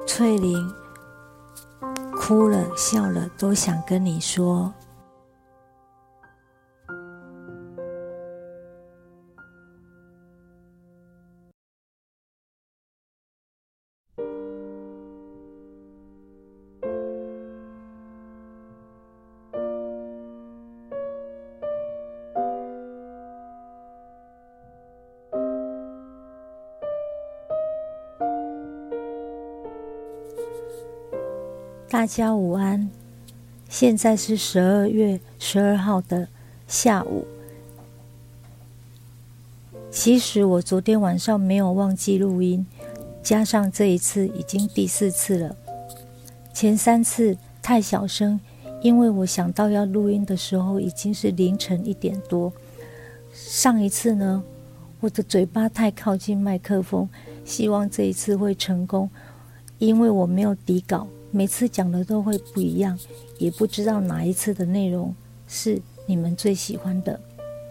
翠玲哭了笑了都想跟你说，大家午安，现在是12月12号的下午。其实我昨天晚上没有忘记录音，加上这一次已经第4次了。前3次太小声，因为我想到要录音的时候已经是凌晨1点多。上一次呢，我的嘴巴太靠近麦克风，希望这一次会成功，因为我没有底稿，每次讲的都会不一样，也不知道哪一次的内容是你们最喜欢的。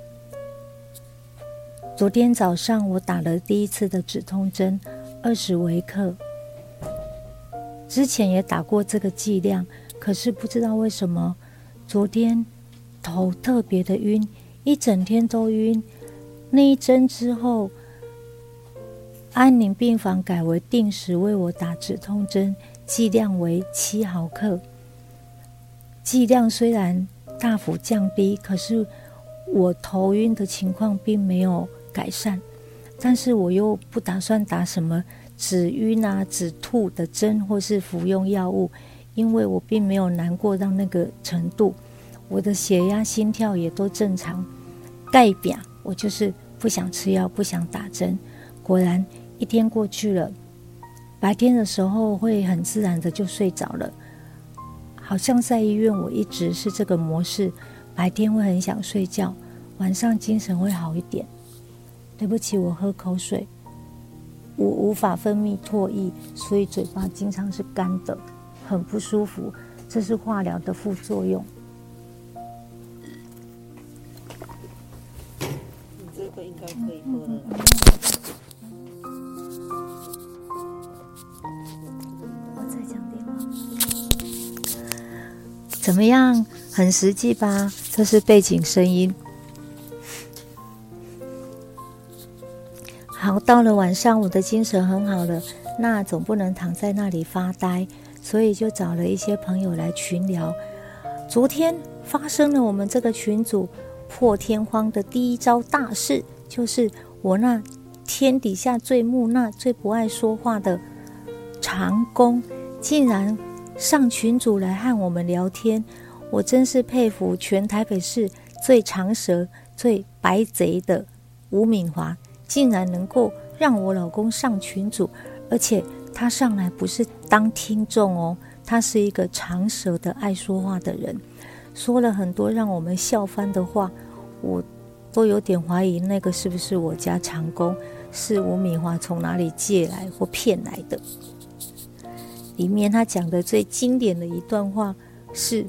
昨天早上我打了第1次的止痛针，20微克。之前也打过这个剂量，可是不知道为什么昨天头特别的晕，一整天都晕。那一针之后，安宁病房改为定时为我打止痛针，剂量为7毫克。剂量虽然大幅降低，可是我头晕的情况并没有改善，但是我又不打算打什么止晕啊、止吐的针或是服用药物，因为我并没有难过到那个程度，我的血压、心跳也都正常。概表我就是不想吃药，不想打针。果然一天过去了，白天的时候会很自然的就睡着了，好像在医院我一直是这个模式，白天会很想睡觉，晚上精神会好一点。对不起，我喝口水，我无法分泌唾液，所以嘴巴经常是干的，很不舒服，这是化疗的副作用。 你这个应该可以喝了。 我在讲电话。怎么样？很实际吧？这是背景声音。好，到了晚上我的精神很好了，那总不能躺在那里发呆，所以就找了一些朋友来群聊。昨天发生了我们这个群组破天荒的第一招大事，就是我那天底下最木讷、最不爱说话的长工，竟然上群组来和我们聊天。我真是佩服全台北市最长舌、最白贼的吴敏华，竟然能够让我老公上群组，而且他上来不是当听众哦，他是一个长舌的爱说话的人，说了很多让我们笑翻的话，我都有点怀疑那个是不是我家长工，是吴敏华从哪里借来或骗来的。里面他讲的最经典的一段话是，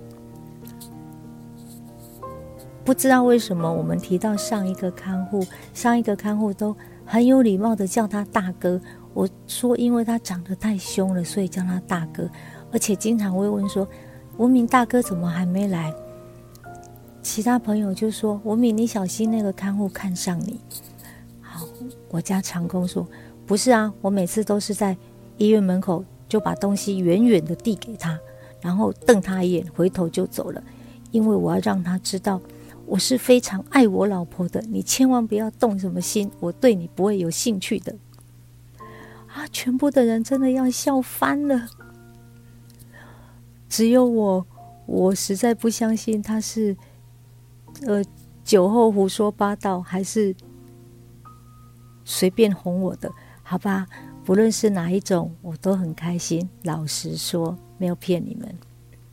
不知道为什么我们提到上一个看护都很有礼貌的叫他大哥，我说因为他长得太凶了，所以叫他大哥，而且经常会问说吴敏大哥怎么还没来。其他朋友就说吴敏你小心那个看护看上你。好，我家长工说不是啊，我每次都是在医院门口就把东西远远的递给他，然后瞪他一眼回头就走了，因为我要让他知道我是非常爱我老婆的，你千万不要动什么心，我对你不会有兴趣的。啊，全部的人真的要笑翻了，只有我实在不相信他是酒后胡说八道，还是随便哄我的。好吧，不论是哪一种我都很开心，老实说没有骗你们。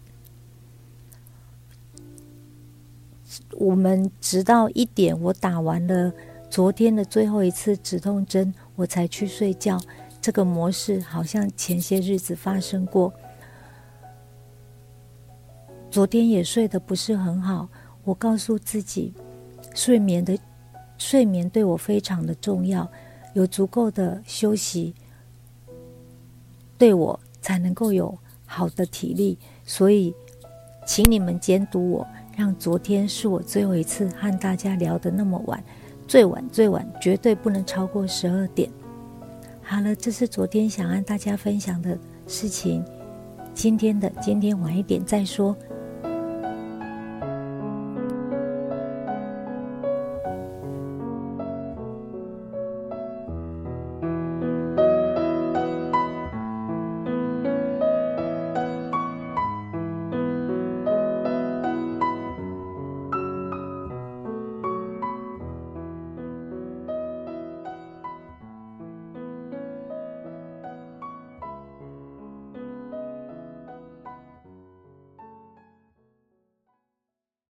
我们直到1点，我打完了昨天的最后一次止痛针，我才去睡觉。这个模式好像前些日子发生过。昨天也睡得不是很好，我告诉自己，睡眠对我非常的重要，有足够的休息，对我才能够有好的体力。所以请你们监督我，让昨天是我最后一次和大家聊得那么晚，最晚绝对不能超过12点。好了，这是昨天想和大家分享的事情，今天晚一点再说。